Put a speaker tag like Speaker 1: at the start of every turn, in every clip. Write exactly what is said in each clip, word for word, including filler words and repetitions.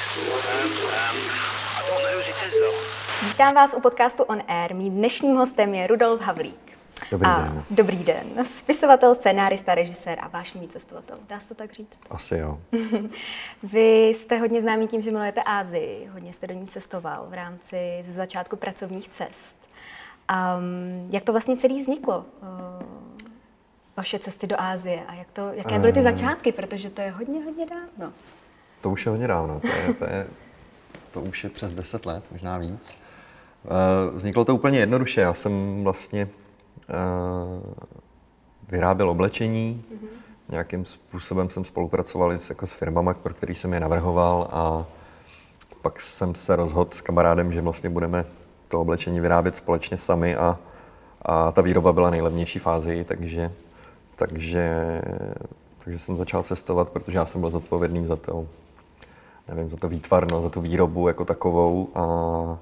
Speaker 1: Vítám vás u podcastu On Air. Mým dnešním hostem je Rudolf Havlík.
Speaker 2: Dobrý
Speaker 1: a,
Speaker 2: den.
Speaker 1: Dobrý den. Spisovatel, scénárista, režisér a vášnivý cestovatel. Dá se to tak říct?
Speaker 2: Asi jo.
Speaker 1: Vy jste hodně známý tím, že milujete Asii. Hodně jste do ní cestoval v rámci ze začátku pracovních cest. Um, jak to vlastně celý vzniklo? Uh, vaše cesty do Asie a jak to, jaké byly ty začátky? Protože to je hodně, hodně dávno.
Speaker 2: To už je hodně dávno. To, je, to, je, to už je přes deset let, možná víc. Uh, vzniklo to úplně jednoduše. Já jsem vlastně uh, vyráběl oblečení. Mm-hmm. Nějakým způsobem jsem spolupracoval s, jako s firmama, pro který jsem je navrhoval, a pak jsem se rozhodl s kamarádem, že vlastně budeme to oblečení vyrábět společně sami, a, a ta výroba byla nejlevnější v Asii, takže, takže, takže jsem začal cestovat, protože já jsem byl zodpovědný za to, nevím, za to výtvarno, za tu výrobu jako takovou, a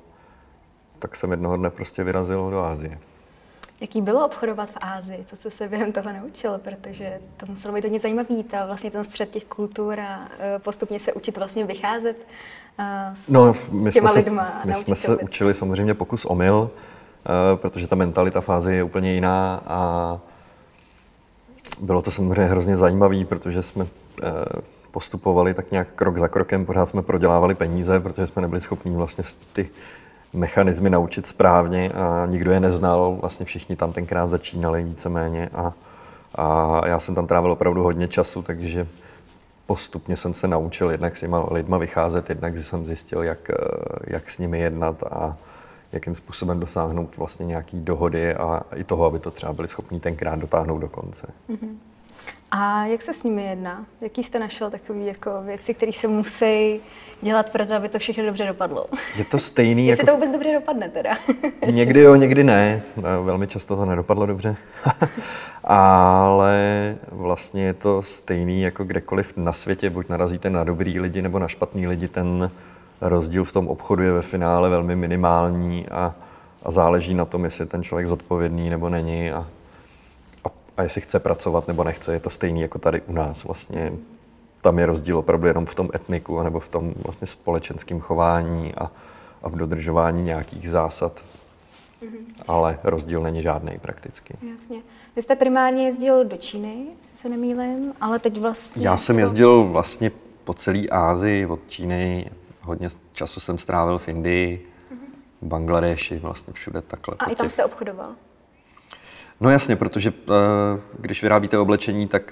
Speaker 2: tak jsem jednoho dne prostě vyrazil do Asie.
Speaker 1: Jaký bylo obchodovat v Asii? Co jste se během toho naučil? Protože to muselo být hodně zajímavý, ta vlastně ten střed těch kultur a postupně se učit vlastně vycházet s,
Speaker 2: no,
Speaker 1: s těma
Speaker 2: jsme
Speaker 1: lidma.
Speaker 2: Se, my jsme se vůbec. učili samozřejmě pokus omyl, protože ta mentalita v Asii je úplně jiná, a bylo to samozřejmě hrozně zajímavé, protože jsme postupovali tak nějak krok za krokem, pořád jsme prodělávali peníze, protože jsme nebyli schopní vlastně ty mechanismy naučit správně a nikdo je neznal, vlastně všichni tam tenkrát začínali víceméně, a, a já jsem tam trávil opravdu hodně času, takže postupně jsem se naučil jednak s těma lidma vycházet, jednak jsem zjistil, jak, jak s nimi jednat a jakým způsobem dosáhnout vlastně nějaký dohody a i toho, aby to třeba byli schopni tenkrát dotáhnout do konce.
Speaker 1: Mm-hmm. A jak se s nimi jedná? Jaký jste našel takové jako věci, které se musí dělat pro to, aby to všechno dobře dopadlo?
Speaker 2: Je to stejný.
Speaker 1: Jestli
Speaker 2: jako...
Speaker 1: to vůbec dobře dopadne teda?
Speaker 2: Někdy jo, někdy ne. Velmi často to nedopadlo dobře. Ale vlastně je to stejný jako kdekoliv na světě. Buď narazíte na dobrý lidi nebo na špatný lidi. Ten rozdíl v tom obchodu je ve finále velmi minimální, a, a záleží na tom, jestli ten člověk zodpovědný nebo není. A A jestli chce pracovat nebo nechce, je to stejný jako tady u nás. Vlastně tam je rozdíl opravdu jenom v tom etniku nebo v tom vlastně společenském chování a, a v dodržování nějakých zásad. Mm-hmm. Ale rozdíl není žádný prakticky.
Speaker 1: Jasně. Vy jste primárně jezdil do Číny, jestli se nemýlím, ale teď vlastně...
Speaker 2: Já jsem jezdil vlastně po celé Asii, od Číny. Hodně času jsem strávil v Indii, mm-hmm. v Bangladeši, vlastně všude takhle.
Speaker 1: A i tam jste obchodoval?
Speaker 2: No jasně, protože když vyrábíte oblečení, tak,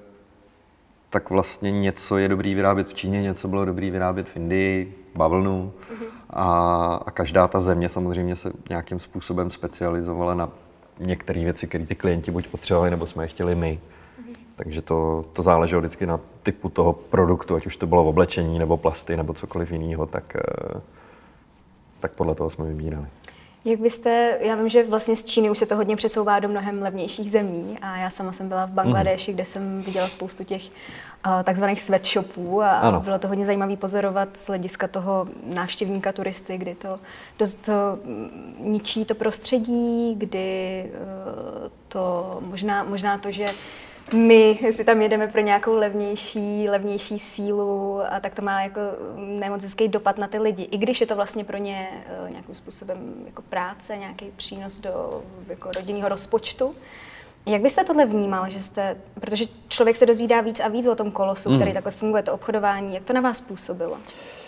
Speaker 2: tak vlastně něco je dobrý vyrábět v Číně, něco bylo dobrý vyrábět v Indii, bavlnu, mm-hmm. a, a každá ta země samozřejmě se nějakým způsobem specializovala na některé věci, které ty klienti buď potřebovali, nebo jsme je chtěli my. Mm-hmm. Takže to, to záleželo vždycky na typu toho produktu, ať už to bylo oblečení, nebo plasty, nebo cokoliv jiného, tak, tak podle toho jsme vybírali.
Speaker 1: Jak byste, já vím, že vlastně z Číny už se to hodně přesouvá do mnohem levnějších zemí, a já sama jsem byla v Bangladeši, mm. kde jsem viděla spoustu těch uh, takzvaných sweatshopů, a ano. Bylo to hodně zajímavé pozorovat z hlediska toho návštěvníka, turisty, kdy to dost to ničí to prostředí, kdy uh, to možná, možná to, že my si tam jedeme pro nějakou levnější, levnější sílu, a tak to má jako nemoc hezký dopad na ty lidi. I když je to vlastně pro ně uh, nějakým způsobem jako práce, nějaký přínos do jako rodinného rozpočtu. Jak byste tohle vnímal, že jste, protože člověk se dozvídá víc a víc o tom kolosu, hmm. který takhle funguje, to obchodování, jak to na vás působilo?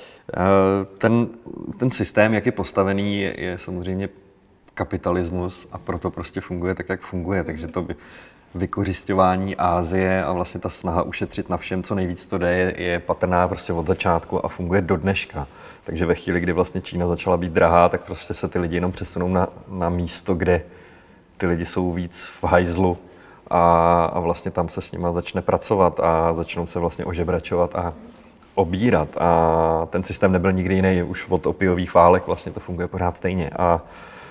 Speaker 2: Ten, ten systém, jak je postavený, je, je samozřejmě kapitalismus, a proto prostě funguje tak, jak funguje, takže to by vykořisťování Asie a vlastně ta snaha ušetřit na všem, co nejvíc to jde, je, je patrná prostě od začátku a funguje do dneška. Takže ve chvíli, kdy vlastně Čína začala být drahá, tak prostě se ty lidi jenom přesunou na, na místo, kde ty lidi jsou víc v hajzlu, a, a vlastně tam se s nima začne pracovat a začnou se vlastně ožebračovat a obírat. A ten systém nebyl nikdy jiný, už od opiových válek vlastně to funguje pořád stejně. A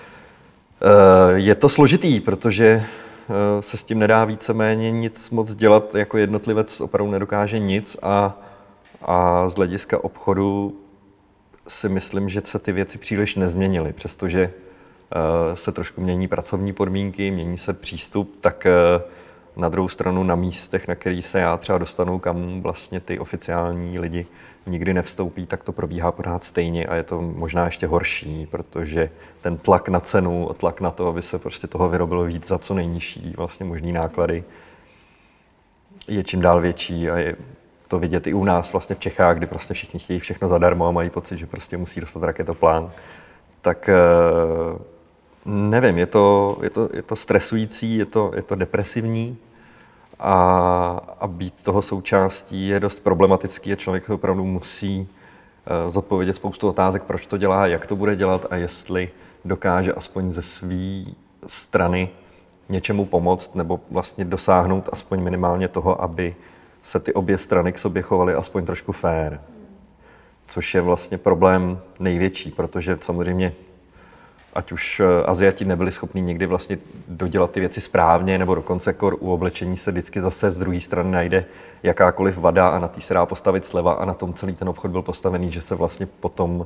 Speaker 2: e, je to složitý, protože se s tím nedá víceméně nic moc dělat, jako jednotlivec opravdu nedokáže nic, a, a z hlediska obchodu si myslím, že se ty věci příliš nezměnily, přestože uh, se trošku mění pracovní podmínky, mění se přístup, tak uh, Na druhou stranu na místech, na který se já třeba dostanu, kam vlastně ty oficiální lidi nikdy nevstoupí, tak to probíhá pořád stejně a je to možná ještě horší, protože ten tlak na cenu, tlak na to, aby se prostě toho vyrobilo víc za co nejnižší vlastně možný náklady, je čím dál větší a je to vidět i u nás vlastně v Čechách, kdy prostě všichni chtějí všechno zadarmo a mají pocit, že prostě musí dostat raketoplán. Tak nevím, je to, je to, je to stresující, je to, je to depresivní a, a být toho součástí je dost problematický a člověk opravdu musí uh, zodpovědět spoustu otázek, proč to dělá, jak to bude dělat a jestli dokáže aspoň ze své strany něčemu pomoct nebo vlastně dosáhnout aspoň minimálně toho, aby se ty obě strany k sobě chovaly aspoň trošku fair. Což je vlastně problém největší, protože samozřejmě ať už Aziati nebyli schopni nikdy vlastně dodělat ty věci správně, nebo dokonce jako u oblečení se vždycky zase z druhé strany najde jakákoliv vada a na té se dá postavit sleva a na tom celý ten obchod byl postavený, že se vlastně potom uh,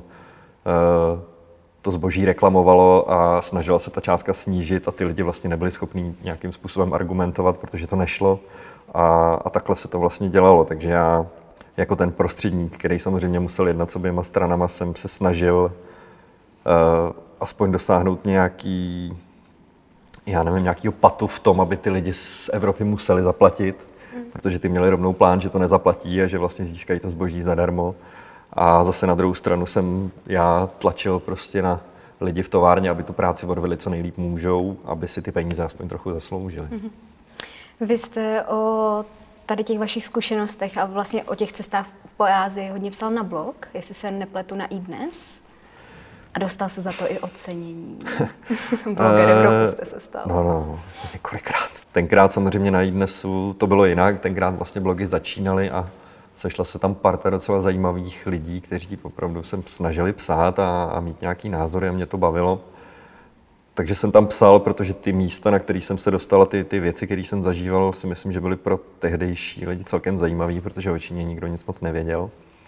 Speaker 2: to zboží reklamovalo a snažila se ta částka snížit a ty lidi vlastně nebyli schopni nějakým způsobem argumentovat, protože to nešlo a, a takhle se to vlastně dělalo, takže já jako ten prostředník, který samozřejmě musel jednat s oběma stranama, jsem se snažil uh, aspoň dosáhnout nějaký, já nevím, nějakýho patu v tom, aby ty lidi z Evropy museli zaplatit, mm. protože ty měli rovnou plán, že to nezaplatí a že vlastně získají to zboží zadarmo. A zase na druhou stranu jsem já tlačil prostě na lidi v továrně, aby tu práci odvedli co nejlíp můžou, aby si ty peníze aspoň trochu zasloužili. Mm-hmm.
Speaker 1: Vy jste o tady těch vašich zkušenostech a vlastně o těch cestách po Asii hodně psal na blog, jestli se nepletu, na iDnes. A dostal se za to i ocenění. Blogerem roku jste se stal.
Speaker 2: No, no, několikrát. Tenkrát samozřejmě na iDnesu to bylo jinak, tenkrát vlastně blogy začínaly a sešla se tam parta docela zajímavých lidí, kteří opravdu se snažili psát a, a mít nějaký názory a mě to bavilo. Takže jsem tam psal, protože ty místa, na které jsem se dostal a ty, ty věci, které jsem zažíval, si myslím, že byly pro tehdejší lidi celkem zajímavé, protože o Číně nikdo nic moc nevěděl.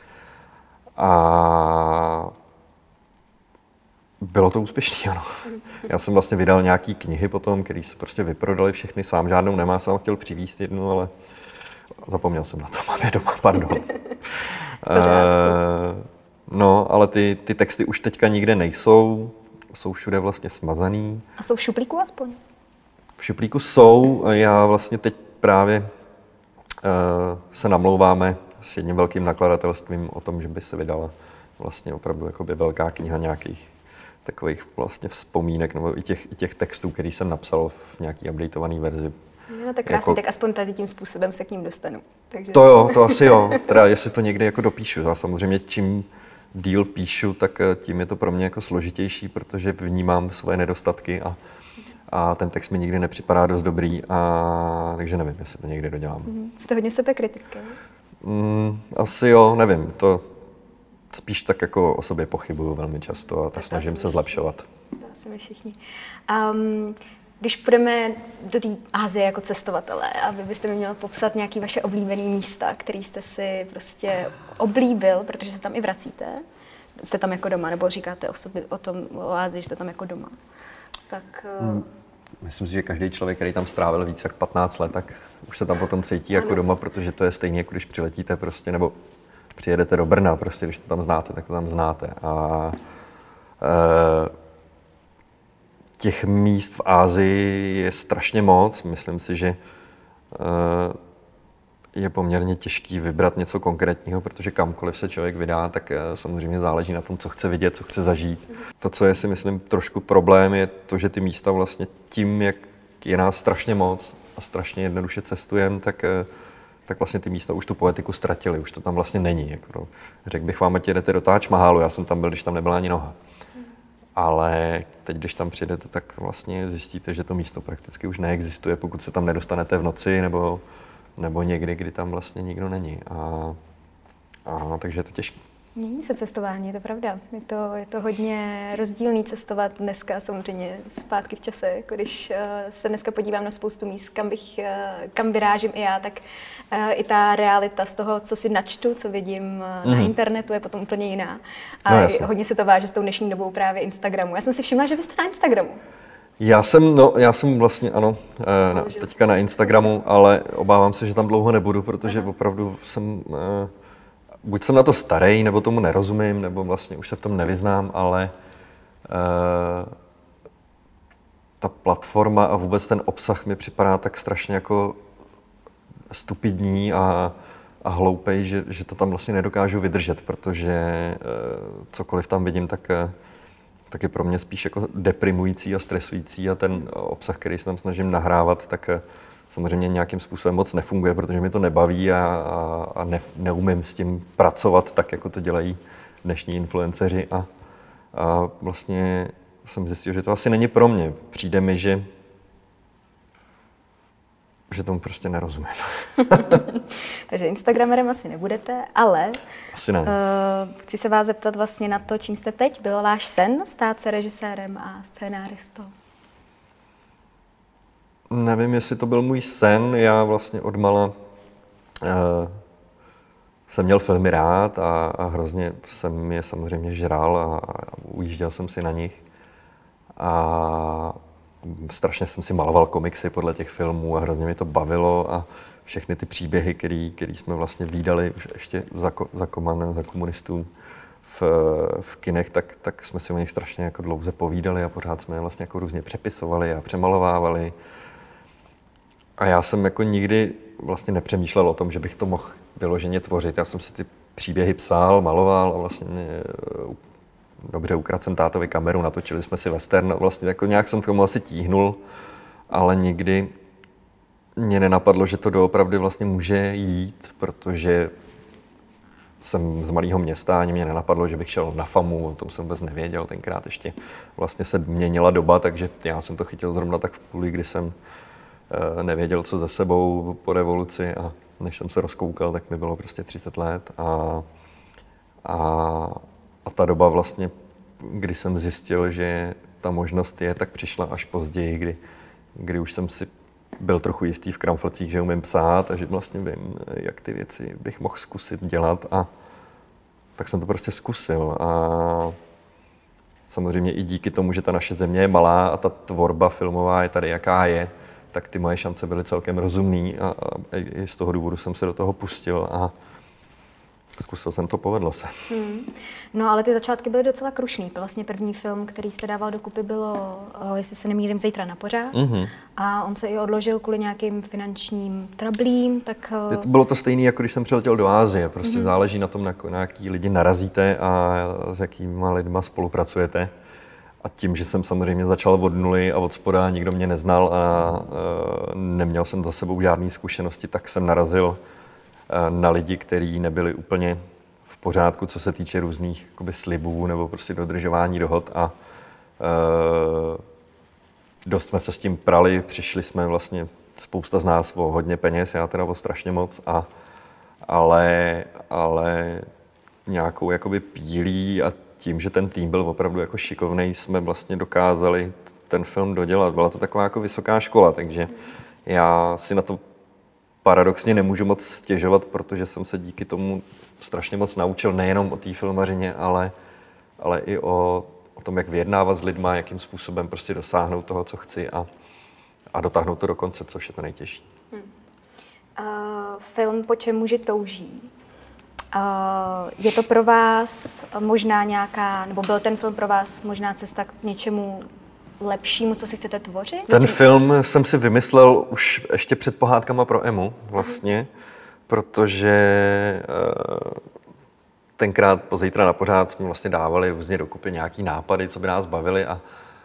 Speaker 2: A bylo to úspěšný, ano. Já jsem vlastně vydal nějaký knihy potom, které se prostě vyprodaly všechny, sám žádnou nemá, jsem chtěl přivízt jednu, ale zapomněl jsem na to, mám je doma, pardon. uh, no, ale ty, ty texty už teďka nikde nejsou, jsou všude vlastně smazaný.
Speaker 1: A jsou v šuplíku aspoň?
Speaker 2: V šuplíku jsou, já vlastně teď právě uh, se namlouváme s jedním velkým nakladatelstvím o tom, že by se vydala vlastně opravdu jakoby velká kniha nějakých takových vlastně vzpomínek nebo i těch, i těch textů, který jsem napsal v nějaký updateovaný verzi.
Speaker 1: No tak krásně, jako tak aspoň tady tím způsobem se k ním dostanu. Takže...
Speaker 2: To jo, to asi jo. Teda jestli to někdy jako dopíšu. Já samozřejmě čím díl píšu, tak tím je to pro mě jako složitější, protože vnímám svoje nedostatky a, a ten text mi nikdy nepřipadá dost dobrý, a takže nevím, jestli to někdy dodělám.
Speaker 1: Mm, jste hodně sebekritický?
Speaker 2: Mm, asi jo, nevím. To spíš tak jako o sobě pochybuju velmi často a tak snažím se zlepšovat.
Speaker 1: To asi my všichni. Um, Když půjdeme do té Asie jako cestovatele a vy byste mi měl popsat nějaké vaše oblíbené místa, které jste si prostě oblíbil, protože se tam i vracíte, jste tam jako doma, nebo říkáte o sobě, o tom, o Asii, že jste tam jako doma, tak... Hmm.
Speaker 2: Myslím si, že každý člověk, který tam strávil víc jak patnáct let, tak už se tam potom cítí jako ano. doma, protože to je stejně, jako když přiletíte prostě, nebo přijedete do Brna, prostě když to tam znáte, tak to tam znáte. A, e, těch míst v Asii je strašně moc. Myslím si, že je poměrně těžký vybrat něco konkrétního, protože kamkoliv se člověk vydá, tak samozřejmě záleží na tom, co chce vidět, co chce zažít. To, co je si myslím trošku problém, je to, že ty místa vlastně tím, jak je nás strašně moc a strašně jednoduše cestujeme, tak, tak vlastně ty místa už tu poetiku ztratily, už to tam vlastně není. Jako, řekl bych vám, ať jedete do Taj Mahalu, já jsem tam byl, když tam nebyla ani noha. Ale teď, když tam přijdete, tak vlastně zjistíte, že to místo prakticky už neexistuje, pokud se tam nedostanete v noci nebo, nebo někdy, kdy tam vlastně nikdo není. A, a takže je to těžké.
Speaker 1: Mění se cestování, je to pravda. Je to, je to hodně rozdílný cestovat dneska samozřejmě zpátky v čase. Jako když uh, se dneska podívám na spoustu míst, kam, bych, uh, kam vyrážím i já, tak uh, i ta realita z toho, co si načtu, co vidím uh, mm. na internetu, je potom úplně jiná. A no, hodně se to váže s tou dnešní dobou právě Instagramu. Já jsem si všimla, že vy jste na Instagramu.
Speaker 2: Já jsem, no, já jsem vlastně, ano, na, teďka na Instagramu, ale obávám se, že tam dlouho nebudu, protože Aha. opravdu jsem, buď jsem na to starý, nebo tomu nerozumím, nebo vlastně už se v tom nevyznám, ale uh, ta platforma a vůbec ten obsah mi připadá tak strašně jako stupidní a, a hloupej, že, že to tam vlastně nedokážu vydržet, protože uh, cokoliv tam vidím, tak uh, tak je pro mě spíš jako deprimující a stresující a ten obsah, který se tam snažím nahrávat, tak samozřejmě nějakým způsobem moc nefunguje, protože mi to nebaví a, a, a ne, neumím s tím pracovat tak, jako to dělají dnešní influenceři a, a vlastně jsem zjistil, že to asi není pro mě. Přijde mi, že že tomu prostě nerozumím.
Speaker 1: Takže Instagramerem asi nebudete, ale
Speaker 2: asi ne. Uh,
Speaker 1: chci se vás zeptat vlastně na to, čím jste teď. Byl váš sen stát se režisérem a scénáristou?
Speaker 2: Nevím, jestli to byl můj sen. Já vlastně odmala uh, jsem měl filmy rád a, a hrozně jsem je samozřejmě žral a, a ujížděl jsem si na nich. A strašně jsem si maloval komiksy podle těch filmů a hrozně mě to bavilo a všechny ty příběhy, který, který jsme vlastně vídali už ještě za, za, koman, za komunistů v, v kinech, tak, tak jsme si o nich strašně jako dlouze povídali a pořád jsme je vlastně jako různě přepisovali a přemalovávali. A já jsem jako nikdy vlastně nepřemýšlel o tom, že bych to mohl vyloženě tvořit. Já jsem si ty příběhy psal, maloval a vlastně dobře, ukradl jsem tátovi kameru, natočili jsme si western, vlastně jako nějak jsem k tomu asi tíhnul, ale nikdy mě nenapadlo, že to doopravdy vlastně může jít, protože jsem z malého města, ani mě nenapadlo, že bych šel na FAMu, o tom jsem vůbec nevěděl, tenkrát ještě vlastně se měnila doba, takže já jsem to chytil zrovna tak v půli, kdy jsem nevěděl, co ze sebou po revoluci a než jsem se rozkoukal, tak mi bylo prostě třicet let a, a A ta doba vlastně, kdy jsem zjistil, že ta možnost je, tak přišla až později, kdy, kdy už jsem si byl trochu jistý v kramflecích, že umím psát a že vlastně vím, jak ty věci bych mohl zkusit dělat a tak jsem to prostě zkusil. A samozřejmě i díky tomu, že ta naše země je malá a ta tvorba filmová je tady jaká je, tak ty moje šance byly celkem rozumný a, a i z toho důvodu jsem se do toho pustil a zkusil jsem to, povedlo se. Hmm.
Speaker 1: No ale ty začátky byly docela krušný. Vlastně první film, který jste dával dokupy, bylo, jestli se nemýlím, Zítra na pořád. Mm-hmm. A on se i odložil kvůli nějakým finančním trablím, tak...
Speaker 2: To bylo to stejné, jako když jsem přiletěl do Asie. Prostě mm-hmm. záleží na tom, na, na jaký lidi narazíte a s jakýma lidma spolupracujete. A tím, že jsem samozřejmě začal od nuly a od spoda, nikdo mě neznal a uh, neměl jsem za sebou žádné zkušenosti, tak jsem narazil na lidi, kteří nebyli úplně v pořádku, co se týče různých jakoby, slibů nebo prostě dodržování dohod a e, dost jsme se s tím prali, přišli jsme vlastně spousta z nás o hodně peněz, já teda o strašně moc, a, ale, ale nějakou jakoby pílí a tím, že ten tým byl opravdu jako šikovnej, jsme vlastně dokázali ten film dodělat. Byla to taková jako vysoká škola, takže já si na to paradoxně nemůžu moc stěžovat, protože jsem se díky tomu strašně moc naučil nejenom o té filmařině, ale, ale i o, o tom, jak vyjednávat s lidma, jakým způsobem prostě dosáhnout toho, co chci a, a dotáhnout to do konce, což je to nejtěžší. Hmm.
Speaker 1: Uh, film Po čem muži touží. Uh, je to pro vás možná nějaká, nebo byl ten film pro vás možná cesta k něčemu lepšímu, co si chcete tvořit?
Speaker 2: Ten Začím... film jsem si vymyslel už ještě před pohádkama pro Emu vlastně, mm. protože uh, tenkrát po Zítra na pořád jsme vlastně dávali různě dokupy nějaký nápady, co by nás bavily a,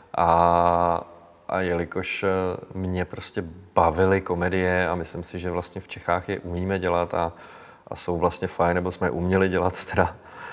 Speaker 2: a, a jelikož mě prostě bavily komedie a myslím si, že vlastně v Čechách je umíme dělat a, a jsou vlastně fajn, nebo jsme je uměli dělat teda,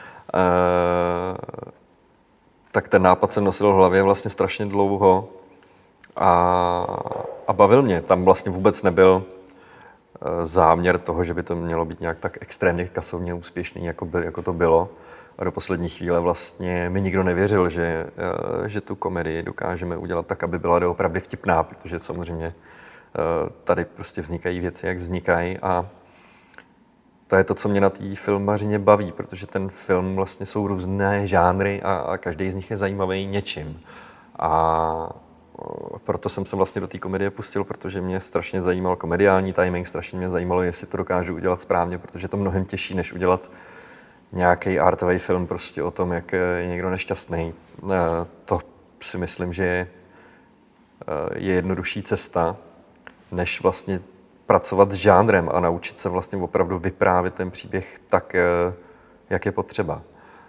Speaker 2: uh, tak ten nápad jsem nosil v hlavě vlastně strašně dlouho a, a bavil mě. Tam vlastně vůbec nebyl záměr toho, že by to mělo být nějak tak extrémně kasovně úspěšný, jako, by, jako to bylo. A do poslední chvíle vlastně mi nikdo nevěřil, že, že tu komedii dokážeme udělat tak, aby byla doopravdy vtipná, protože samozřejmě tady prostě vznikají věci, jak vznikají a to je to, co mě na té filmařině baví, protože ten film vlastně jsou různé žánry a, a každý z nich je zajímavý něčím. A proto jsem se vlastně do té komedie pustil, protože mě strašně zajímal komediální timing, strašně mě zajímalo, jestli to dokážu udělat správně, protože je to mnohem těžší, než udělat nějaký artový film prostě o tom, jak je někdo nešťastný. To si myslím, že je, je jednodušší cesta, než vlastně pracovat s žánrem a naučit se vlastně opravdu vyprávět ten příběh tak, jak je potřeba.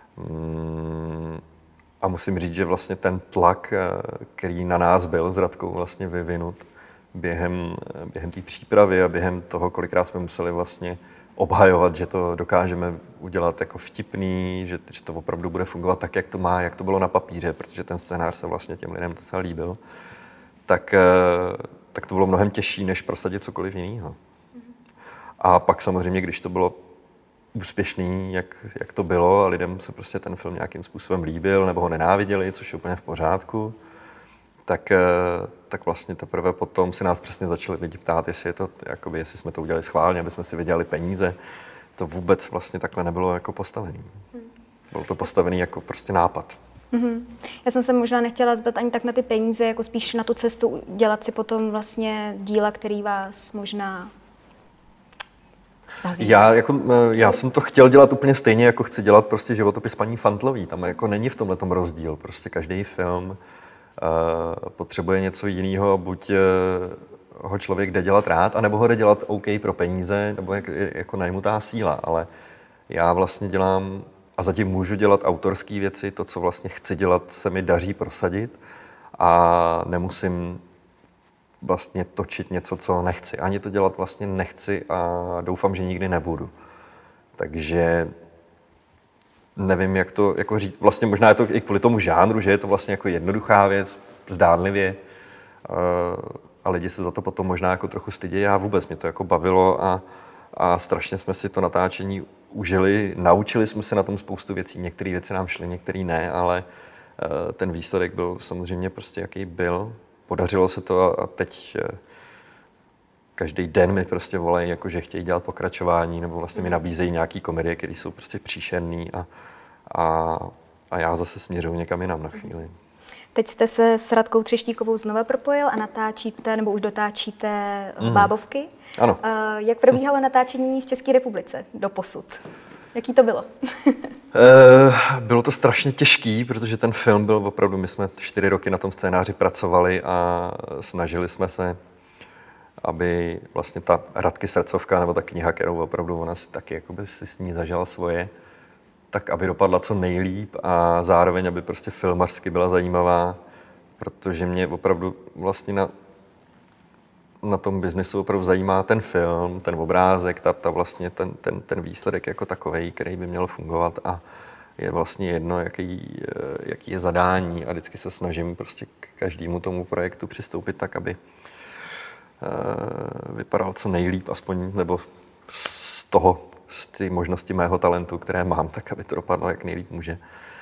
Speaker 2: A musím říct, že vlastně ten tlak, který na nás byl s Radkou vlastně vyvinut během, během té přípravy a během toho, kolikrát jsme museli vlastně obhajovat, že to dokážeme udělat jako vtipný, že, že to opravdu bude fungovat tak, jak to má, jak to bylo na papíře, protože ten scénář se vlastně těm lidem docela líbil, tak, tak to bylo mnohem těžší, než prosadit cokoliv jiného. A pak samozřejmě, když to bylo úspěšný, jak, jak to bylo a lidem se prostě ten film nějakým způsobem líbil nebo ho nenáviděli, což je úplně v pořádku, tak, tak vlastně teprve potom si nás přesně začali lidi ptát, jestli, je to, jakoby, jestli jsme to udělali schválně, aby jsme si vydělali peníze. To vůbec vlastně takhle nebylo jako postavený. Bylo to postavený jako prostě nápad.
Speaker 1: Mm-hmm. Já jsem se možná nechtěla zbat ani tak na ty peníze, jako spíš na tu cestu dělat si potom vlastně díla, který vás možná
Speaker 2: Já, jako, já jsem to chtěl dělat úplně stejně, jako chci dělat prostě životopis paní Fantlový. Tam jako není v tomhletom rozdíl. Prostě každý film uh, potřebuje něco jiného, buď uh, ho člověk jde dělat rád, anebo ho jde dělat OK pro peníze, nebo jak, jako najmutá síla. Ale já vlastně dělám, a zatím můžu dělat autorské věci, to, co vlastně chci dělat, se mi daří prosadit a nemusím vlastně točit něco, co nechci. Ani to dělat vlastně nechci a doufám, že nikdy nebudu. Takže nevím, jak to jako říct. Vlastně možná je to i kvůli tomu žánru, že je to vlastně jako jednoduchá věc, zdánlivě. A lidi se za to potom možná jako trochu stydějí. Já vůbec, mě to jako bavilo a, a strašně jsme si to natáčení užili. Naučili jsme se na tom spoustu věcí. Některé věci nám šly, některé ne, ale ten výsledek byl samozřejmě prostě jaký byl. Podařilo se to a teď každý den mi prostě volají, jako že chtějí dělat pokračování nebo vlastně mi nabízejí nějaký komedie, které jsou prostě příšerný a, a, a já zase směřuju někam jinam na chvíli.
Speaker 1: Teď jste se s Radkou Třeštíkovou znova propojil a natáčíte, nebo už dotáčíte mm. Bábovky.
Speaker 2: Ano.
Speaker 1: Jak probíhalo natáčení v České republice doposud? Jaký to bylo?
Speaker 2: Bylo to strašně těžký, protože ten film byl opravdu, my jsme čtyři roky na tom scénáři pracovali a snažili jsme se, aby vlastně ta Radky srdcovka, nebo ta kniha, kterou opravdu ona si taky jakoby si s ní zažila svoje, tak aby dopadla co nejlíp a zároveň, aby prostě filmařsky byla zajímavá, protože mě opravdu vlastně na, na tom biznesu opravdu zajímá ten film, ten obrázek, ta, ta vlastně ten, ten, ten výsledek jako takovej, který by měl fungovat a je vlastně jedno, jaký, jaký je zadání a vždycky se snažím prostě k každému tomu projektu přistoupit tak, aby uh, vypadal co nejlíp, aspoň nebo z toho, z té možnosti mého talentu, které mám, tak aby to dopadlo jak nejlíp může.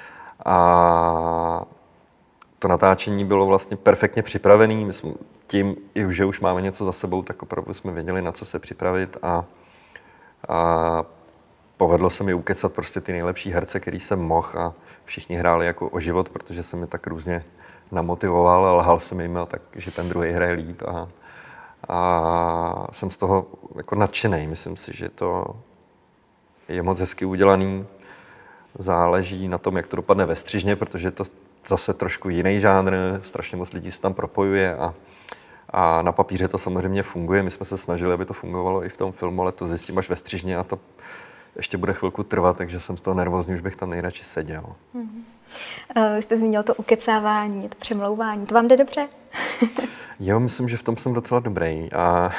Speaker 2: A to natáčení bylo vlastně perfektně připravené. My jsme tím, že už máme něco za sebou, tak opravdu jsme věděli, na co se připravit a, a povedlo se mi ukecat prostě ty nejlepší herce, který jsem mohl a všichni hráli jako o život, protože jsem mi tak různě namotivoval a lhal jsem jim, tak, že ten druhý hraje líp a, a jsem z toho jako nadšenej. Myslím si, že to je moc hezky udělaný. Záleží na tom, jak to dopadne ve střižně, protože to zase trošku jiný žánr, strašně moc lidí se tam propojuje a, a na papíře to samozřejmě funguje. My jsme se snažili, aby to fungovalo i v tom filmu, ale to zjistím až ve střižně a to ještě bude chvilku trvat, takže jsem z toho nervózní, už bych tam nejradši seděl.
Speaker 1: Mm-hmm. Vy jste zmínil to ukecávání, to přemlouvání. To vám jde dobře?
Speaker 2: Jo, myslím, že v tom jsem docela dobrý. A, a,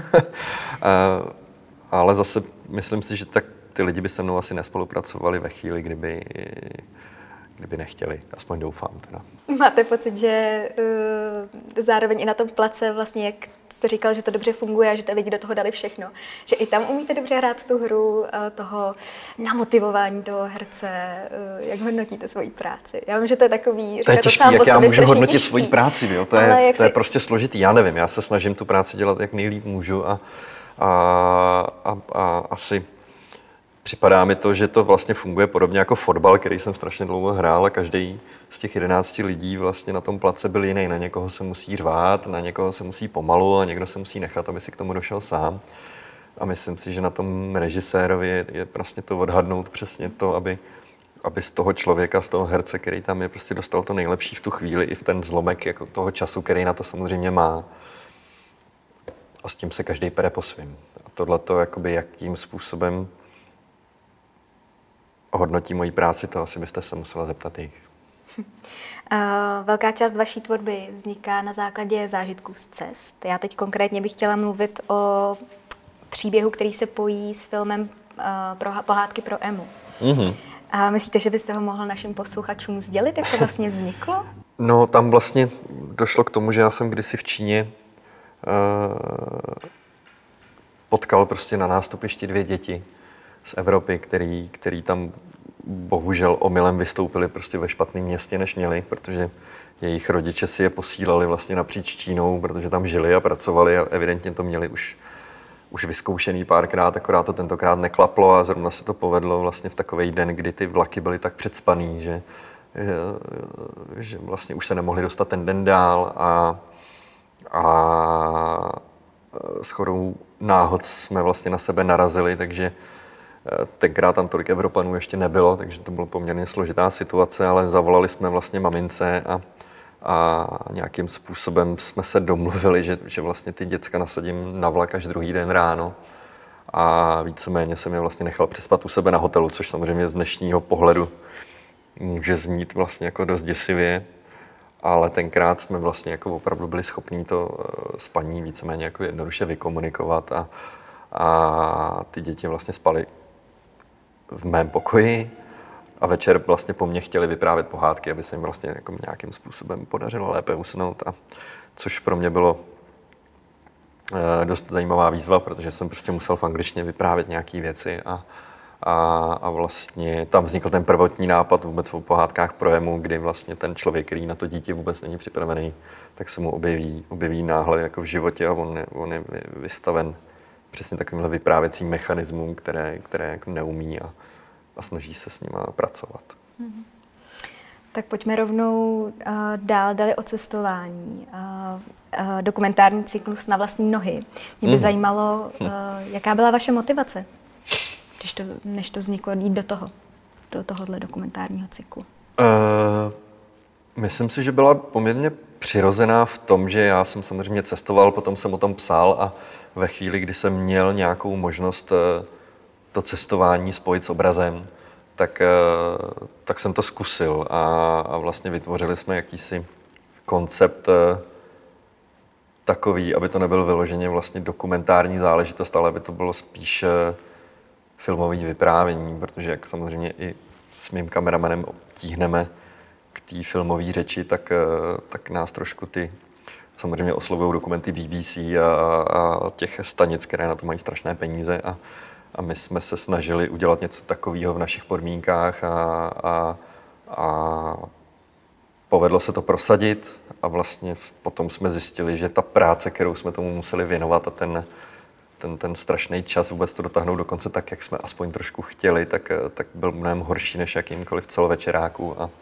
Speaker 2: ale zase myslím si, že tak ty lidi by se mnou asi nespolupracovali ve chvíli, kdyby, kdyby nechtěli. Aspoň doufám teda.
Speaker 1: Máte pocit, že uh, zároveň i na tom place, vlastně, jak jste říkal, že to dobře funguje a že ty lidi do toho dali všechno, že i tam umíte dobře hrát tu hru uh, toho namotivování toho herce, uh, jak hodnotíte svoji práci? Já vím, že to je takový,
Speaker 2: to je těžký, to jak já můžu hodnotit
Speaker 1: těžký.
Speaker 2: svoji práci, jo? To, je, to si... je prostě složitý, já nevím, já se snažím tu práci dělat, jak nejlíp můžu a, a, a, a asi připadá mi to, že to vlastně funguje podobně jako fotbal, který jsem strašně dlouho hrál a každý z těch jedenácti lidí vlastně na tom place byl jiný. Na někoho se musí řvát, na někoho se musí pomalu a někdo se musí nechat, aby si k tomu došel sám. A myslím si, že na tom režisérovi je, je prostě to odhadnout přesně to, aby, aby z toho člověka, z toho herce, který tam je, prostě dostal to nejlepší v tu chvíli i v ten zlomek jako toho času, který na to samozřejmě má. A s tím se každý pere po svým. A tohleto, jakoby jakým způsobem hodnotí moji práci, to asi byste se musela zeptat jich.
Speaker 1: Velká část vaší tvorby vzniká na základě zážitků z cest. Já teď konkrétně bych chtěla mluvit o příběhu, který se pojí s filmem pro Pohádky pro Emu. Mm-hmm. A myslíte, že byste ho mohl našim posluchačům sdělit, jak to vlastně vzniklo?
Speaker 2: No, tam vlastně došlo k tomu, že já jsem kdysi v Číně uh, potkal prostě na nástupišti dvě děti z Evropy, který, který tam bohužel omylem vystoupili prostě ve špatném městě, než měli, protože jejich rodiče si je posílali vlastně napříč Čínou, protože tam žili a pracovali a evidentně to měli už, už vyzkoušený párkrát, akorát to tentokrát neklaplo a zrovna se to povedlo vlastně v takovej den, kdy ty vlaky byly tak předspaný, že, že, že vlastně už se nemohli dostat ten den dál a, a shodou náhod jsme vlastně na sebe narazili, takže tenkrát tam tolik Evropanů ještě nebylo, takže to byla poměrně složitá situace, ale zavolali jsme vlastně mamince a, a nějakým způsobem jsme se domluvili, že, že vlastně ty děcka nasadím na vlak až druhý den ráno a víceméně jsem je vlastně nechal přespat u sebe na hotelu, což samozřejmě z dnešního pohledu může znít vlastně jako dost děsivě, ale tenkrát jsme vlastně jako opravdu byli schopní to s paní víceméně jako jednoduše vykomunikovat a, a ty děti vlastně spaly v mém pokoji a večer vlastně po mně chtěli vyprávět pohádky, aby se jim vlastně jako nějakým způsobem podařilo lépe usnout, a což pro mě bylo e, dost zajímavá výzva, protože jsem prostě musel v angličtině vyprávět nějaké věci a, a, a vlastně tam vznikl ten prvotní nápad vůbec o pohádkách pro Emu, kdy vlastně ten člověk, který na to dítě vůbec není připravený, tak se mu objeví, objeví náhle jako v životě a on je, on je vystaven přesně takovýmhle vyprávěcím mechanismům, které, které jako neumí a, a snaží se s nima pracovat. Mm-hmm.
Speaker 1: Tak pojďme rovnou uh, dál dali o cestování. Uh, uh, dokumentární cyklus Na vlastní nohy. Mě by mm-hmm. zajímalo, uh, jaká byla vaše motivace, když to, než to vzniklo, jít do toho, do tohohle dokumentárního cyklu. Uh,
Speaker 2: myslím si, že byla poměrně přirozená v tom, že já jsem samozřejmě cestoval, potom jsem o tom psal a ve chvíli, kdy jsem měl nějakou možnost to cestování spojit s obrazem, tak, tak jsem to zkusil a, a vlastně vytvořili jsme jakýsi koncept takový, aby to nebyl vyloženě vlastně dokumentární záležitost, ale aby to bylo spíš filmový vyprávění, protože jak samozřejmě i s mým kameramanem tíhneme k té filmové řeči, tak, tak nás trošku ty samozřejmě oslovují dokumenty B B C a, a těch stanic, které na to mají strašné peníze a, a my jsme se snažili udělat něco takového v našich podmínkách a, a, a povedlo se to prosadit a vlastně potom jsme zjistili, že ta práce, kterou jsme tomu museli věnovat a ten, ten, ten strašný čas vůbec to dotáhnout do konce tak, jak jsme aspoň trošku chtěli, tak, tak byl mnohem horší než jakýmkoliv celovečeráku a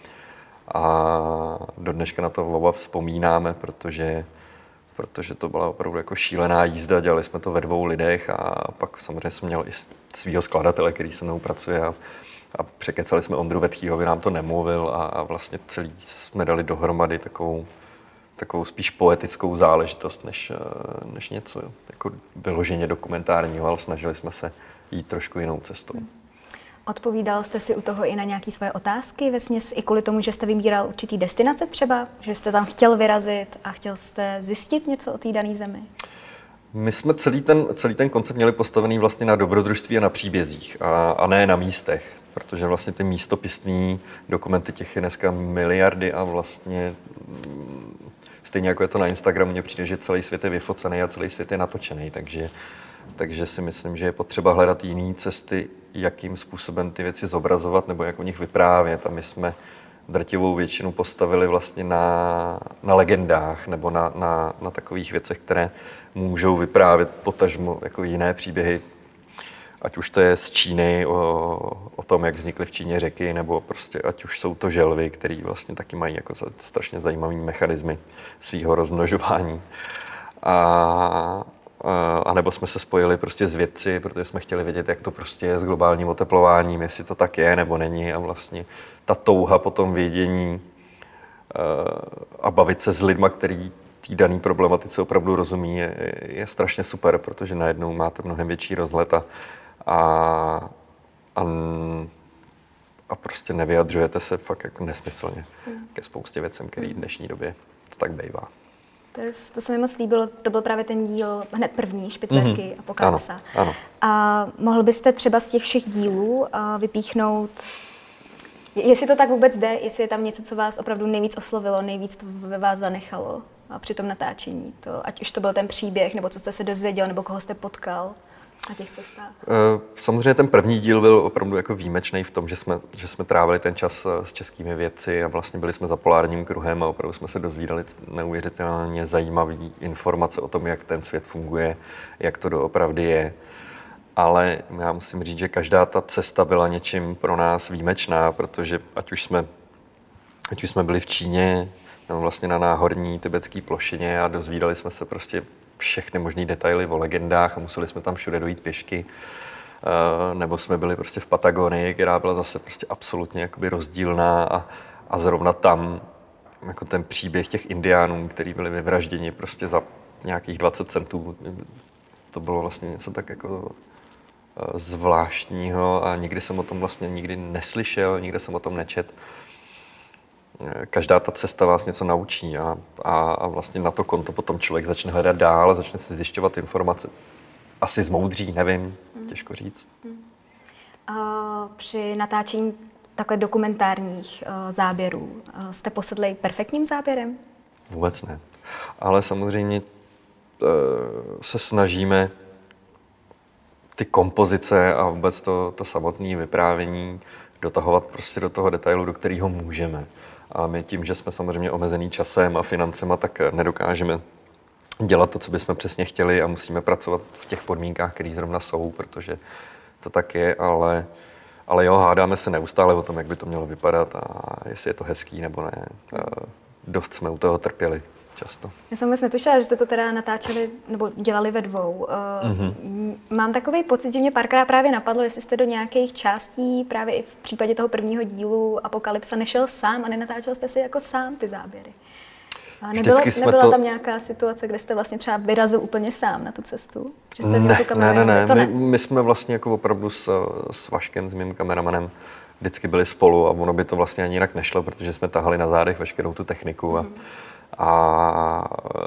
Speaker 2: A do dneška na to oba vzpomínáme, protože, protože to byla opravdu jako šílená jízda, dělali jsme to ve dvou lidech a pak samozřejmě jsem měl i svýho skladatele, který se mnou pracuje a, a překecali jsme Ondru Vetchýho, aby nám to nemluvil a, a vlastně celý jsme dali dohromady takovou, takovou spíš poetickou záležitost, než, než něco jako vyloženě dokumentárního, ale snažili jsme se jít trošku jinou cestou.
Speaker 1: Odpovídal jste si u toho i na nějaké svoje otázky vesměs, i kvůli tomu, že jste vybíral určitý destinace třeba? Že jste tam chtěl vyrazit a chtěl jste zjistit něco o té dané zemi?
Speaker 2: My jsme celý ten, celý ten koncept měli postavený vlastně na dobrodružství a na příbězích a, a ne na místech, protože vlastně ty místopisné dokumenty těch je dneska miliardy a vlastně stejně jako je to na Instagramu, mně přijde, že celý svět je vyfocený a celý svět je natočený, takže, takže si myslím, že je potřeba hledat jiné cesty, jakým způsobem ty věci zobrazovat nebo jak o nich vyprávět. A my jsme drtivou většinu postavili vlastně na, na legendách nebo na, na, na takových věcech, které můžou vyprávět potažmo jako jiné příběhy.
Speaker 3: ať už to je z Číny, o, o tom, jak vznikly v Číně řeky, nebo prostě ať už jsou to želvy, které vlastně taky mají jako strašně zajímavý mechanismy svého rozmnožování. A, a nebo jsme se spojili prostě s vědci, protože jsme chtěli vědět, jak to prostě je s globálním oteplováním, jestli to tak je nebo není. A vlastně ta touha po tom vědění a bavit se s lidma, který té dané problematice opravdu rozumí, je, je strašně super, protože najednou máte mnohem větší rozhled a, a, a, a prostě nevyjadřujete se fakt jako nesmyslně hmm. ke spoustě věcem, který v dnešní době to tak bývá.
Speaker 1: To, je, to se mi moc líbilo, to byl právě ten díl hned první, Špitverky, mm-hmm. Apokalypsa.
Speaker 3: Ano, ano.
Speaker 1: A mohl byste třeba z těch všech dílů vypíchnout, jestli to tak vůbec jde, jestli je tam něco, co vás opravdu nejvíc oslovilo, nejvíc to ve vás zanechalo při tom natáčení, to, ať už to byl ten příběh, nebo co jste se dozvěděl, nebo koho jste potkal na těch cestách?
Speaker 3: Samozřejmě ten první díl byl opravdu jako výjimečný v tom, že jsme, že jsme trávili ten čas s českými vědci a vlastně byli jsme za polárním kruhem a opravdu jsme se dozvídali neuvěřitelně zajímavé informace o tom, jak ten svět funguje, jak to doopravdy je. Ale já musím říct, že každá ta cesta byla něčím pro nás výjimečná, protože ať už jsme, ať už jsme byli v Číně, nebo vlastně na náhorní tibetské plošině a dozvídali jsme se prostě všechny možné detaily o legendách a museli jsme tam všude dojít pěšky. Nebo jsme byli prostě v Patagonii, která byla zase prostě absolutně jakoby rozdílná a, a zrovna tam jako ten příběh těch indiánů, kteří byli vyvražděni prostě za nějakých dvacet centů, to bylo vlastně něco tak jako zvláštního a nikdy jsem o tom vlastně nikdy neslyšel, nikdy jsem o tom nečet. Každá ta cesta vás něco naučí a, a, a vlastně na to konto potom člověk začne hledat dál, začne si zjišťovat informace. Asi zmoudří, nevím, těžko říct.
Speaker 1: A při natáčení takhle dokumentárních uh, záběrů uh, jste posedli perfektním záběrem?
Speaker 3: Vůbec ne. Ale samozřejmě uh, se snažíme ty kompozice a vůbec to, to samotné vyprávění dotahovat prostě do toho detailu, do kterého můžeme. Ale my tím, že jsme samozřejmě omezený časem a financema, tak nedokážeme dělat to, co bychom přesně chtěli a musíme pracovat v těch podmínkách, které zrovna jsou, protože to tak je, ale, ale jo, hádáme se neustále o tom, jak by to mělo vypadat a jestli je to hezký nebo ne. Dost jsme u toho trpěli často.
Speaker 1: Já jsem vůbec netušila, že jste to teda natáčeli nebo dělali ve dvou. Mm-hmm. Mám takový pocit, že mě párkrát právě napadlo, jestli jste do nějakých částí právě i v případě toho prvního dílu Apokalypsa nešel sám a nenatáčel jste si jako sám ty záběry. A nebylo, nebyla to... tam nějaká situace, kde jste vlastně třeba vyrazil úplně sám na tu cestu? Že jste
Speaker 3: ne,
Speaker 1: tu kameru,
Speaker 3: ne, ne, ne.
Speaker 1: To
Speaker 3: my,
Speaker 1: ne.
Speaker 3: My jsme vlastně jako opravdu s, s Vaškem, s mým kameramanem, vždycky byli spolu a ono by to vlastně ani jinak nešlo, protože jsme tahali na zádech veškerou tu techniku a, mm. a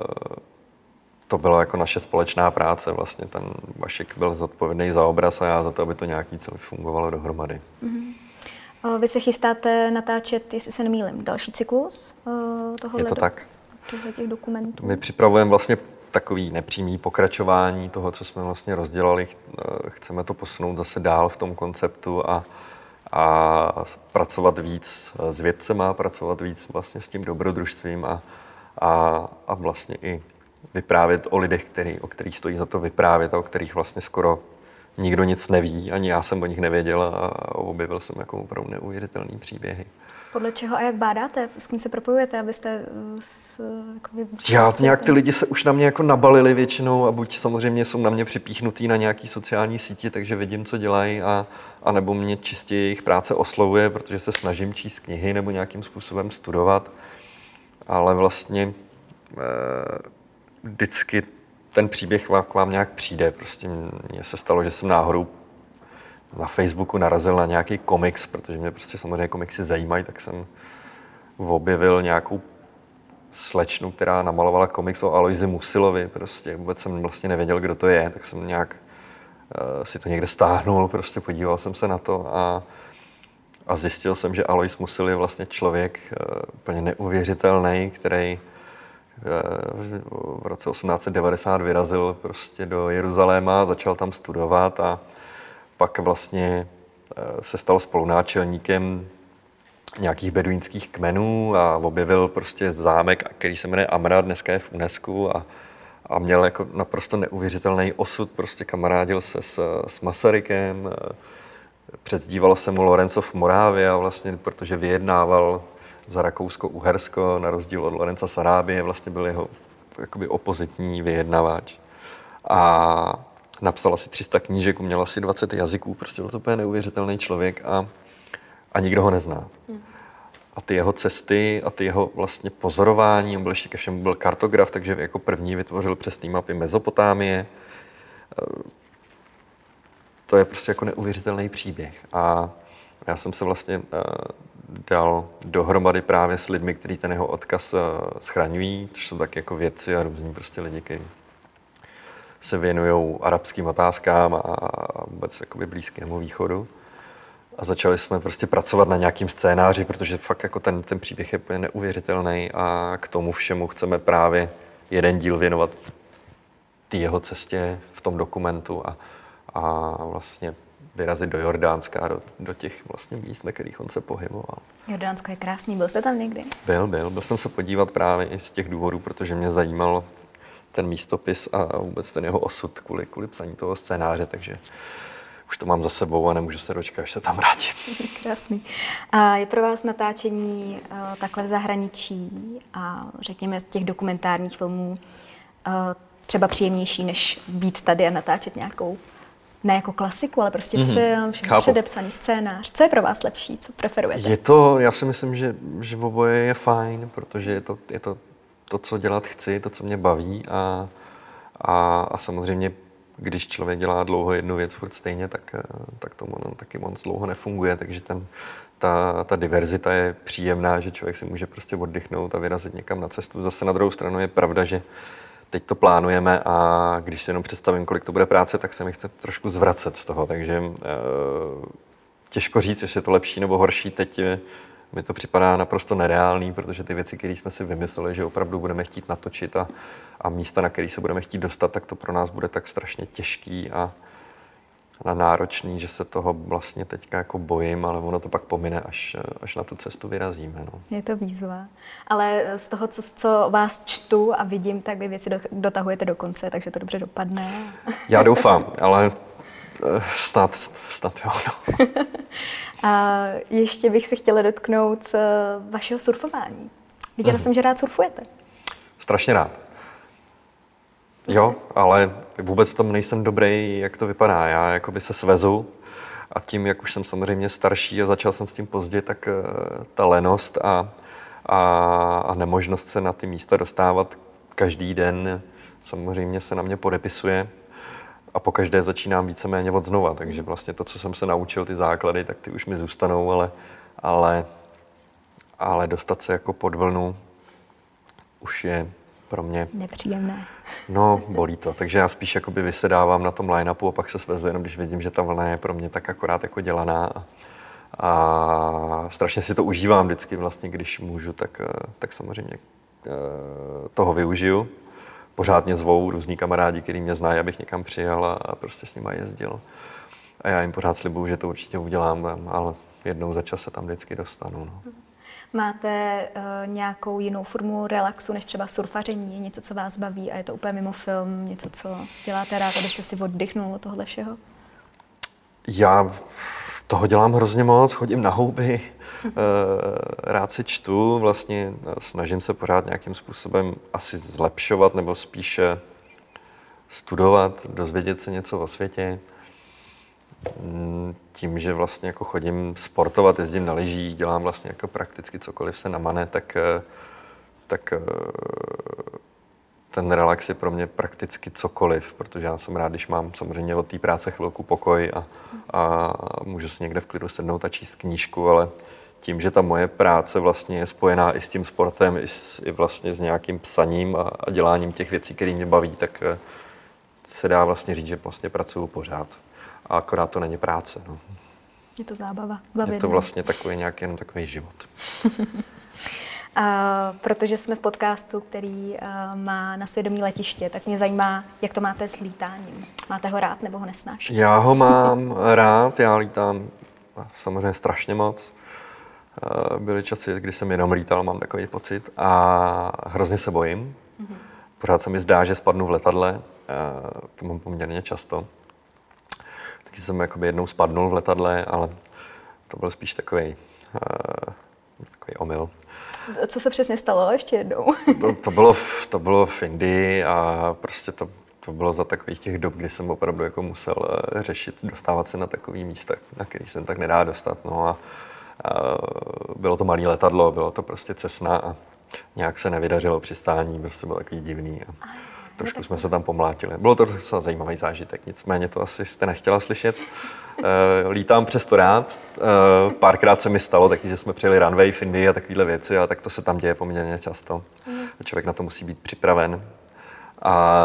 Speaker 3: to byla jako naše společná práce. Vlastně ten Vašek byl zodpovědný za obraz a já za to, aby to nějaký celý fungovalo dohromady.
Speaker 1: Mm. Vy se chystáte natáčet, jestli se nemýlím, další cyklus tohohle?
Speaker 3: Je to tak.
Speaker 1: Těch dokumentů.
Speaker 3: My připravujeme vlastně takový nepřímý pokračování toho, co jsme vlastně rozdělali. Chceme to posunout zase dál v tom konceptu a, a pracovat víc s vědcema, pracovat víc vlastně s tím dobrodružstvím a, a, a vlastně i vyprávět o lidech, který, o kterých stojí za to vyprávět a o kterých vlastně skoro nikdo nic neví, ani já jsem o nich nevěděl a objevil jsem jako opravdu neuvěřitelný příběhy.
Speaker 1: Podle čeho a jak bádáte? S kým se propojujete, abyste s, jakoby,
Speaker 3: Já nějak ty lidi se už na mě jako nabalili většinou a buď samozřejmě jsou na mě připíchnutý na nějaký sociální síti, takže vidím, co dělají a, a nebo mě čistě jejich práce oslovuje, protože se snažím číst knihy nebo nějakým způsobem studovat, ale vlastně eh, vždycky ten příběh vám, k vám nějak přijde. Prostě mně se stalo, že jsem náhodou na Facebooku narazil na nějaký komiks, protože mě prostě samozřejmě komiksy zajímají, tak jsem objevil nějakou slečnu, která namalovala komiks o Aloisi Musilovi. Prostě vůbec jsem vlastně nevěděl, kdo to je, tak jsem nějak uh, si to někde stáhnul, prostě podíval jsem se na to a, a zjistil jsem, že Alois Musil je vlastně člověk uh, úplně neuvěřitelný, který uh, v roce osmnáct set devadesát vyrazil prostě do Jeruzaléma, začal tam studovat a pak vlastně se stal spolunáčelníkem nějakých beduínských kmenů a objevil prostě zámek, který se jmenuje Amra, dneska je v UNESCO a, a měl jako naprosto neuvěřitelný osud, prostě kamarádil se s, s Masarykem, předzdívalo se mu Lorenzo v Morávii, vlastně, protože vyjednával za Rakousko-Uhersko, na rozdíl od Lorenza z Arábie, vlastně byl jeho jakoby opozitní vyjednavač. A napsal asi tři sta knížek, uměl asi dvacet jazyků, prostě byl to úplně neuvěřitelný člověk a, a nikdo ho nezná. Hmm. A ty jeho cesty a ty jeho vlastně pozorování, on byl ještě ke všemu byl kartograf, takže jako první vytvořil přesné mapy Mezopotámie. To je prostě jako neuvěřitelný příběh. A já jsem se vlastně dal dohromady právě s lidmi, kteří ten jeho odkaz schraňují, což jsou tak jako vědci a různí prostě lidi, kteří se věnují arabským otázkám a vůbec jakoby Blízkému východu. A začali jsme prostě pracovat na nějakým scénáři, protože fakt jako ten, ten příběh je neuvěřitelný a k tomu všemu chceme právě jeden díl věnovat té jeho cestě v tom dokumentu a, a vlastně vyrazit do Jordánska a do, do těch vlastně míst, na kterých on se pohyboval.
Speaker 1: Jordánsko je krásný, byl jste tam někdy?
Speaker 3: Byl, byl. Byl jsem se podívat právě i z těch důvodů, protože mě zajímalo ten místopis a vůbec ten jeho osud kvůli, kvůli psaní toho scénáře, takže už to mám za sebou a nemůžu se dočkat, až se tam vrátím.
Speaker 1: Krásný. A je pro vás natáčení uh, takhle v zahraničí a řekněme těch dokumentárních filmů uh, třeba příjemnější, než být tady a natáčet nějakou, ne jako klasiku, ale prostě mm-hmm. film, všechno předepsaný scénář. Co je pro vás lepší? Co preferujete?
Speaker 3: Je to, já si myslím, že, že oboje je fajn, protože je to, je to to, co dělat chci, to, co mě baví a, a, a samozřejmě když člověk dělá dlouho jednu věc furt stejně, tak, tak to on taky moc dlouho nefunguje, takže ten, ta, ta diverzita je příjemná, že člověk si může prostě oddychnout a vyrazit někam na cestu. Zase na druhou stranu je pravda, že teď to plánujeme a když si jenom představím, kolik to bude práce, tak se mi chce trošku zvracet z toho, takže e, těžko říct, jestli je to lepší nebo horší. Teď mi to připadá naprosto nereálný, protože ty věci, které jsme si vymysleli, že opravdu budeme chtít natočit a, a místa, na které se budeme chtít dostat, tak to pro nás bude tak strašně těžký a, a náročný, že se toho vlastně teďka jako bojím, ale ono to pak pomine, až, až na tu cestu vyrazíme. No.
Speaker 1: Je to výzva. Ale z toho, co, co vás čtu a vidím, tak vy věci dotahujete do konce, takže to dobře dopadne.
Speaker 3: Já doufám, ale snad, snad jo. No.
Speaker 1: A ještě bych se chtěla dotknout vašeho surfování. Viděla mm. jsem, že rád surfujete.
Speaker 3: Strašně rád. Jo, ale vůbec v tom nejsem dobrý, jak to vypadá. Já jakoby se svezu a tím, jak už jsem samozřejmě starší a začal jsem s tím pozdě, tak ta lenost a, a, a nemožnost se na ty místa dostávat každý den samozřejmě se na mě podepisuje. A pokaždé začínám víceméně od znova, takže vlastně to, co jsem se naučil, ty základy, tak ty už mi zůstanou, ale, ale, ale dostat se jako pod vlnu už je pro mě...
Speaker 1: nepříjemné.
Speaker 3: No, bolí to, takže já spíš jakoby vysedávám na tom line-upu a pak se svezu, jenom když vidím, že ta vlna je pro mě tak akorát jako dělaná. A, a strašně si to užívám vždycky vlastně, když můžu, tak, tak samozřejmě toho využiju. Pořád mě zvou různí kamarádi, kteří mě znají, abych někam přijel a, a prostě s nima jezdil. A já jim pořád slibuju, že to určitě udělám, ale jednou za čas se tam vždycky dostanu. No.
Speaker 1: Máte uh, nějakou jinou formu relaxu než třeba surfaření? Něco, co vás baví a je to úplně mimo film? Něco, co děláte rád, abyste si oddychnul od tohle všeho?
Speaker 3: Já toho dělám hrozně moc, chodím na houby, rád si čtu, vlastně snažím se pořád nějakým způsobem asi zlepšovat nebo spíše studovat, dozvědět se něco o světě. Tím, že vlastně jako chodím sportovat, jezdím na lyžích, dělám vlastně jako prakticky cokoliv se namane, tak, tak ten relax je pro mě prakticky cokoliv, protože já jsem rád, když mám samozřejmě od té práce chvilku pokoj a, a můžu si někde v klidu sednout a číst knížku, ale tím, že ta moje práce vlastně je spojená i s tím sportem, i, s, i vlastně s nějakým psaním a, a děláním těch věcí, které mě baví, tak se dá vlastně říct, že vlastně pracuju pořád. A akorát to není práce. No.
Speaker 1: Je to zábava. Bavit,
Speaker 3: je to vlastně takový nějaký jenom takový život.
Speaker 1: A protože jsme v podcastu, který uh, má na svědomí letiště, tak mě zajímá, jak to máte s lítáním. Máte ho rád nebo ho nesnášíte?
Speaker 3: Já ho mám rád, já lítám samozřejmě strašně moc. Uh, byly časy, kdy jsem jenom lítal, mám takový pocit a hrozně se bojím. Mm-hmm. pořád se mi zdá, že spadnu v letadle, to mám poměrně často. Taky jsem jakoby jednou spadnul v letadle, ale to byl spíš takový, takový omyl.
Speaker 1: Co se přesně stalo ještě jednou?
Speaker 3: To, to, bylo, v, to bylo v Indii a prostě to, to bylo za takových těch dob, kdy jsem opravdu jako musel řešit, dostávat se na takový místa, na který jsem tak nedá dostat. No a, a bylo to malé letadlo, bylo to prostě Cessna a nějak se nevydařilo přistání, prostě bylo takový divný. A trošku jsme se tam pomlátili. Bylo to docela zajímavý zážitek, nicméně to asi jste nechtěla slyšet. Uh, lítám přesto rád. Uh, párkrát se mi stalo taky, že jsme přijeli runway v Indii a takovéhle věci a tak to se tam děje poměrně často. Mm. Člověk na to musí být připraven. A...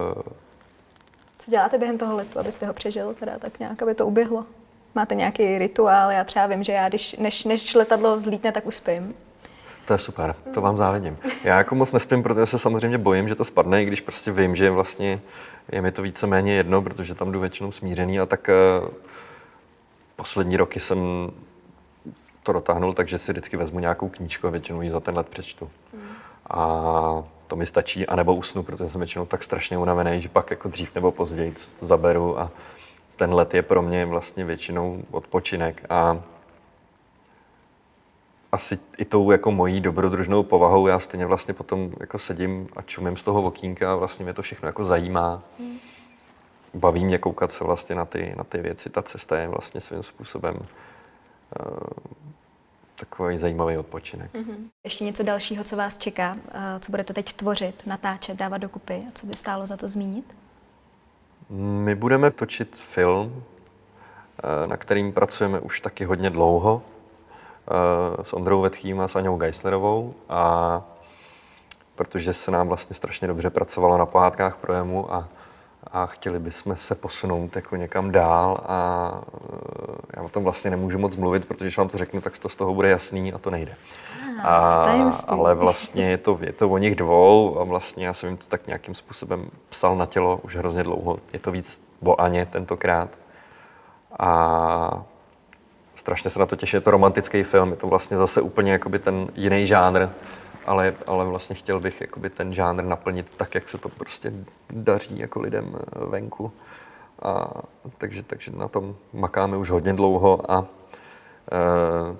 Speaker 1: Co děláte během toho letu, abyste ho přežil, teda tak nějak, aby to uběhlo? Máte nějaký rituál? Já třeba vím, že já, když, než, než letadlo vzlítne, tak už spím.
Speaker 3: To je super, to vám závidím. Já jako moc nespím, protože se samozřejmě bojím, že to spadne, i když prostě vím, že vlastně je mi to víceméně jedno, protože tam jdu většinou smířený a tak uh, poslední roky jsem to dotáhnul, takže si vždycky vezmu nějakou knížku a většinou ji za ten let přečtu. Mm. A to mi stačí, anebo usnu, protože jsem většinou tak strašně unavený, že pak jako dřív nebo později zaberu a ten let je pro mě vlastně většinou odpočinek a asi i tou jako mojí dobrodružnou povahou já stejně vlastně potom jako sedím a čumím z toho okýnka a vlastně mě to všechno jako zajímá. Hmm. Baví mě koukat se vlastně na ty, na ty věci. Ta cesta je vlastně svým způsobem uh, takový zajímavý odpočinek.
Speaker 1: Hmm. Ještě něco dalšího, co vás čeká, uh, co budete teď tvořit, natáčet, dávat dokupy, co by stálo za to zmínit?
Speaker 3: My budeme točit film, uh, na kterým pracujeme už taky hodně dlouho. S Ondrou Vetchým a s Aňou Geislerovou, a protože se nám vlastně strašně dobře pracovalo na pohádkách pro Emu a, a chtěli bychom se posunout jako někam dál a já o tom vlastně nemůžu moc mluvit, protože když vám to řeknu, tak to z toho bude jasný a to nejde. A, ale vlastně je to, je to o nich dvou a vlastně já jsem jim to tak nějakým způsobem psal na tělo už hrozně dlouho. Je to víc o Aně tentokrát. A strašně se na to těší, je to romantický film, je to vlastně zase úplně jakoby ten jiný žánr, ale, ale vlastně chtěl bych jakoby ten žánr naplnit tak, jak se to prostě daří jako lidem venku. A, takže, takže na tom makáme už hodně dlouho a e,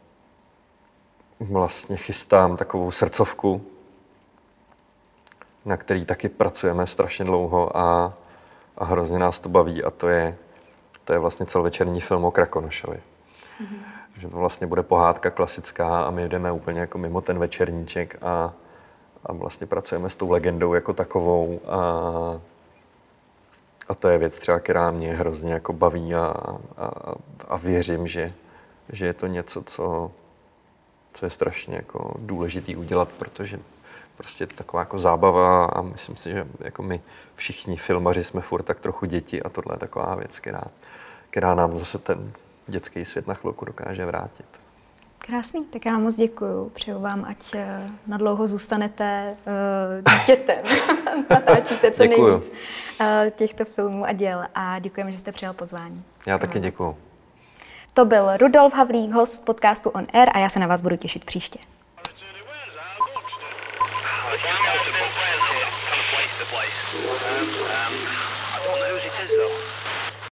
Speaker 3: vlastně chystám takovou srdcovku, na který taky pracujeme strašně dlouho a, a hrozně nás to baví a to je, to je vlastně celovečerní film o Krakonošovi. Mm-hmm. Takže to vlastně bude pohádka klasická a my jdeme úplně jako mimo ten večerníček a, a vlastně pracujeme s tou legendou jako takovou a, a to je věc třeba, která mě hrozně jako baví a, a, a věřím, že, že je to něco, co, co je strašně jako důležitý udělat, protože prostě je to taková jako zábava a myslím si, že jako my všichni filmaři jsme furt tak trochu děti a tohle je taková věc, která, která nám zase ten dětský svět na chvilku dokáže vrátit.
Speaker 1: Krásný, tak já moc děkuju. Přeju vám, ať nadlouho zůstanete uh, dítětem. Natáčíte co děkuju. nejvíc uh, těchto filmů a děl a děkujeme, že jste přijal pozvání.
Speaker 3: Já taky děkuju.
Speaker 1: To byl Rudolf Havlík, host podcastu On Air a já se na vás budu těšit příště. Um, um, I don't know whose it is though.